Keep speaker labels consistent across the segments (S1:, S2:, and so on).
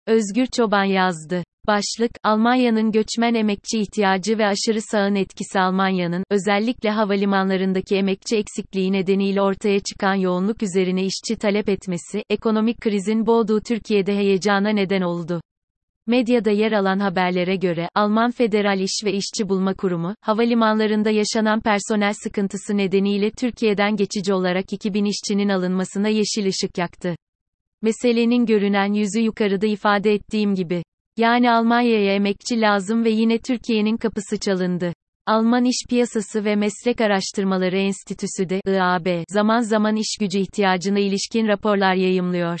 S1: Özgür Çoban yazdı. Başlık, Almanya'nın göçmen emekçi ihtiyacı ve aşırı sağın etkisi. Almanya'nın, özellikle havalimanlarındaki emekçi eksikliği nedeniyle ortaya çıkan yoğunluk üzerine işçi talep etmesi, ekonomik krizin boğduğu Türkiye'de heyecana neden oldu. Medyada yer alan haberlere göre, Alman Federal İş ve İşçi Bulma Kurumu, havalimanlarında yaşanan personel sıkıntısı nedeniyle Türkiye'den geçici olarak 2000 işçinin alınmasına yeşil ışık yaktı. Meselenin görünen yüzü yukarıda ifade ettiğim gibi. Yani Almanya'ya emekçi lazım ve yine Türkiye'nin kapısı çalındı. Alman İş Piyasası ve Meslek Araştırmaları Enstitüsü de, IAB, zaman zaman iş gücü ihtiyacına ilişkin raporlar yayımlıyor.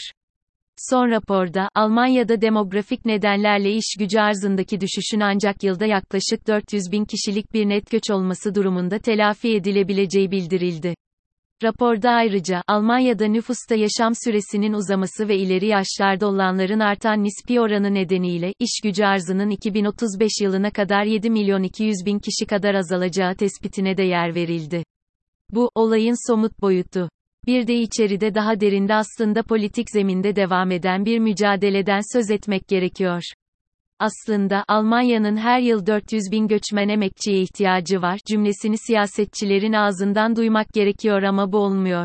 S1: Son raporda, Almanya'da demografik nedenlerle iş gücü arzındaki düşüşün ancak yılda yaklaşık 400 bin kişilik bir net göç olması durumunda telafi edilebileceği bildirildi. Raporda ayrıca, Almanya'da nüfusta yaşam süresinin uzaması ve ileri yaşlarda olanların artan nispi oranı nedeniyle, iş gücü arzının 2035 yılına kadar 7 milyon 200 bin kişi kadar azalacağı tespitine de yer verildi. Bu, olayın somut boyutu. Bir de içeride daha derinde aslında politik zeminde devam eden bir mücadeleden söz etmek gerekiyor. Aslında, Almanya'nın her yıl 400 bin göçmen emekçiye ihtiyacı var cümlesini siyasetçilerin ağzından duymak gerekiyor ama bu olmuyor.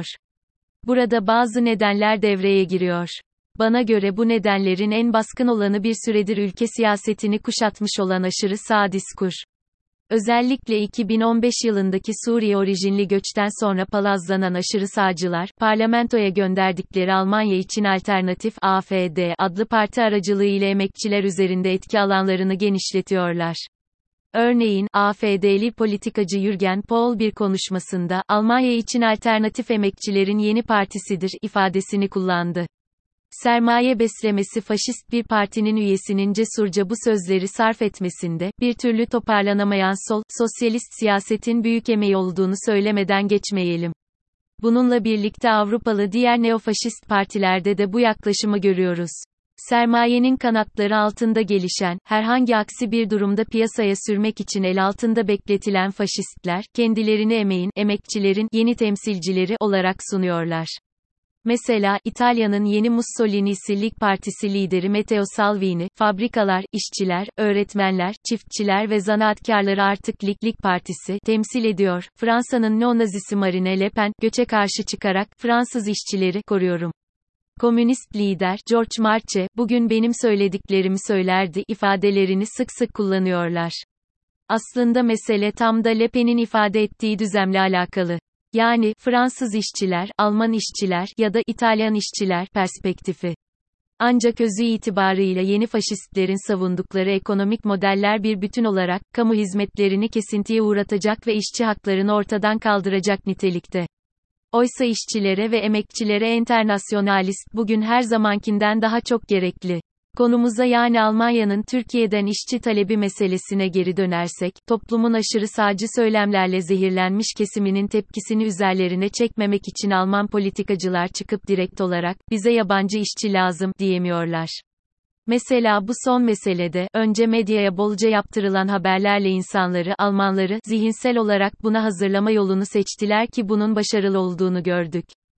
S1: Burada bazı nedenler devreye giriyor. Bana göre bu nedenlerin en baskın olanı bir süredir ülke siyasetini kuşatmış olan aşırı sağ diskur. Özellikle 2015 yılındaki Suriye orijinli göçten sonra palazlanan aşırı sağcılar, parlamentoya gönderdikleri Almanya için Alternatif (AfD) adlı parti aracılığıyla emekçiler üzerinde etki alanlarını genişletiyorlar. Örneğin, AfD'li politikacı Jürgen Pohl bir konuşmasında, Almanya için Alternatif emekçilerin yeni partisidir ifadesini kullandı. Sermaye beslemesi faşist bir partinin üyesinin cesurca bu sözleri sarf etmesinde, bir türlü toparlanamayan sol, sosyalist siyasetin büyük emeği olduğunu söylemeden geçmeyelim. Bununla birlikte Avrupalı diğer neofaşist partilerde de bu yaklaşımı görüyoruz. Sermayenin kanatları altında gelişen, herhangi aksi bir durumda piyasaya sürmek için el altında bekletilen faşistler, kendilerini emeğin, emekçilerin, yeni temsilcileri olarak sunuyorlar. Mesela, İtalya'nın yeni Mussolini'si Lig Partisi lideri Matteo Salvini, fabrikalar, işçiler, öğretmenler, çiftçiler ve zanaatkarları artık Lig Partisi temsil ediyor. Fransa'nın neonazisi Marine Le Pen, göçe karşı çıkarak, Fransız işçileri koruyorum. Komünist lider, George Marchais, bugün benim söylediklerimi söylerdi ifadelerini sık sık kullanıyorlar. Aslında mesele tam da Le Pen'in ifade ettiği düzlemle alakalı. Yani, Fransız işçiler, Alman işçiler ya da İtalyan işçiler perspektifi. Ancak özü itibarıyla yeni faşistlerin savundukları ekonomik modeller bir bütün olarak, kamu hizmetlerini kesintiye uğratacak ve işçi haklarını ortadan kaldıracak nitelikte. Oysa işçilere ve emekçilere enternasyonalist bugün her zamankinden daha çok gerekli. Konumuza yani Almanya'nın Türkiye'den işçi talebi meselesine geri dönersek, toplumun aşırı sağcı söylemlerle zehirlenmiş kesiminin tepkisini üzerlerine çekmemek için Alman politikacılar çıkıp direkt olarak, bize yabancı işçi lazım, diyemiyorlar. Mesela bu son meselede, önce medyaya bolca yaptırılan haberlerle Almanları, zihinsel olarak buna hazırlama yolunu seçtiler ki bunun başarılı olduğunu gördük.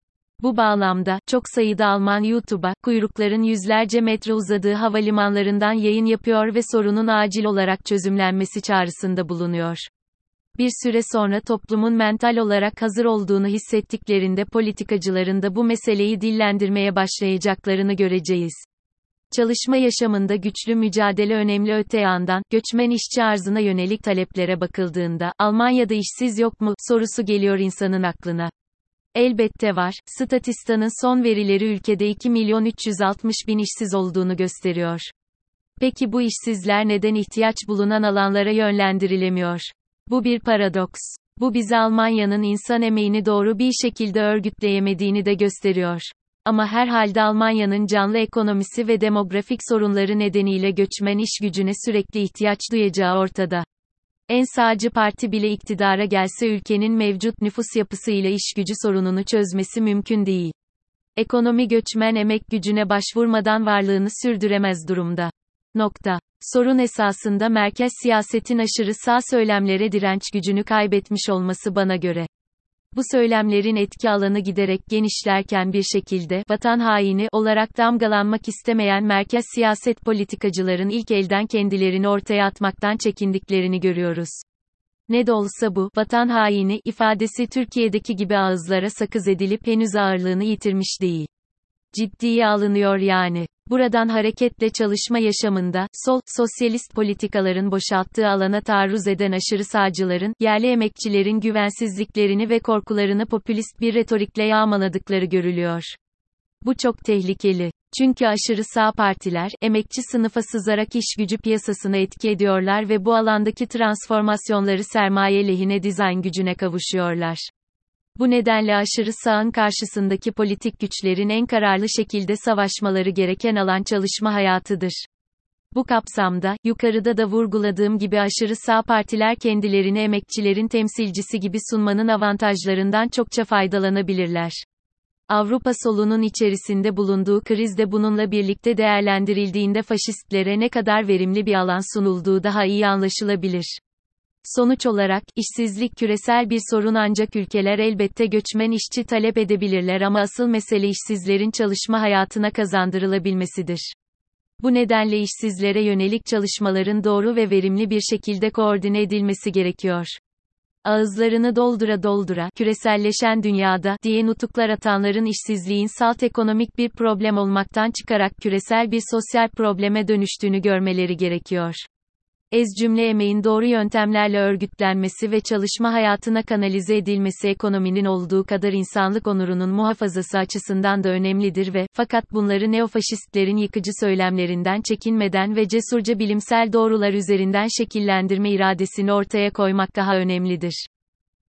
S1: Bu bağlamda, çok sayıda Alman YouTube'a, kuyrukların yüzlerce metre uzadığı havalimanlarından yayın yapıyor ve sorunun acil olarak çözümlenmesi çağrısında bulunuyor. Bir süre sonra toplumun mental olarak hazır olduğunu hissettiklerinde politikacıların da bu meseleyi dillendirmeye başlayacaklarını göreceğiz. Çalışma yaşamında güçlü mücadele önemli öte yandan, göçmen işçi arzına yönelik taleplere bakıldığında, Almanya'da işsiz yok mu, sorusu geliyor insanın aklına. Elbette var, Statistan'ın son verileri ülkede 2 milyon 360 bin işsiz olduğunu gösteriyor. Peki bu işsizler neden ihtiyaç bulunan alanlara yönlendirilemiyor? Bu bir paradoks. Bu bize Almanya'nın insan emeğini doğru bir şekilde örgütleyemediğini de gösteriyor. Ama herhalde Almanya'nın canlı ekonomisi ve demografik sorunları nedeniyle göçmen iş gücüne sürekli ihtiyaç duyacağı ortada. En sağcı parti bile iktidara gelse ülkenin mevcut nüfus yapısıyla iş gücü sorununu çözmesi mümkün değil. Ekonomi göçmen emek gücüne başvurmadan varlığını sürdüremez durumda. Sorun esasında merkez siyasetin aşırı sağ söylemlere direnç gücünü kaybetmiş olması bana göre. Bu söylemlerin etki alanı giderek genişlerken bir şekilde, vatan haini, olarak damgalanmak istemeyen merkez siyaset politikacıların ilk elden kendilerini ortaya atmaktan çekindiklerini görüyoruz. Ne de olsa bu, vatan haini, ifadesi Türkiye'deki gibi ağızlara sakız edilip henüz ağırlığını yitirmiş değil. Ciddiye alınıyor yani. Buradan hareketle çalışma yaşamında, sol, sosyalist politikaların boşalttığı alana taarruz eden aşırı sağcıların, yerli emekçilerin güvensizliklerini ve korkularını popülist bir retorikle yağmaladıkları görülüyor. Bu çok tehlikeli. Çünkü aşırı sağ partiler, emekçi sınıfa sızarak iş gücü piyasasına etki ediyorlar ve bu alandaki transformasyonları sermaye lehine dizayn gücüne kavuşuyorlar. Bu nedenle aşırı sağın karşısındaki politik güçlerin en kararlı şekilde savaşmaları gereken alan çalışma hayatıdır. Bu kapsamda, yukarıda da vurguladığım gibi aşırı sağ partiler kendilerini emekçilerin temsilcisi gibi sunmanın avantajlarından çokça faydalanabilirler. Avrupa solunun içerisinde bulunduğu kriz de bununla birlikte değerlendirildiğinde faşistlere ne kadar verimli bir alan sunulduğu daha iyi anlaşılabilir. Sonuç olarak, işsizlik küresel bir sorun ancak ülkeler elbette göçmen işçi talep edebilirler ama asıl mesele işsizlerin çalışma hayatına kazandırılabilmesidir. Bu nedenle işsizlere yönelik çalışmaların doğru ve verimli bir şekilde koordine edilmesi gerekiyor. Ağızlarını doldura doldura, küreselleşen dünyada, diye nutuklar atanların işsizliğin salt ekonomik bir problem olmaktan çıkarak küresel bir sosyal probleme dönüştüğünü görmeleri gerekiyor. Ez cümle emeğin doğru yöntemlerle örgütlenmesi ve çalışma hayatına kanalize edilmesi ekonominin olduğu kadar insanlık onurunun muhafazası açısından da önemlidir ve, fakat bunları neofaşistlerin yıkıcı söylemlerinden çekinmeden ve cesurca bilimsel doğrular üzerinden şekillendirme iradesini ortaya koymak daha önemlidir.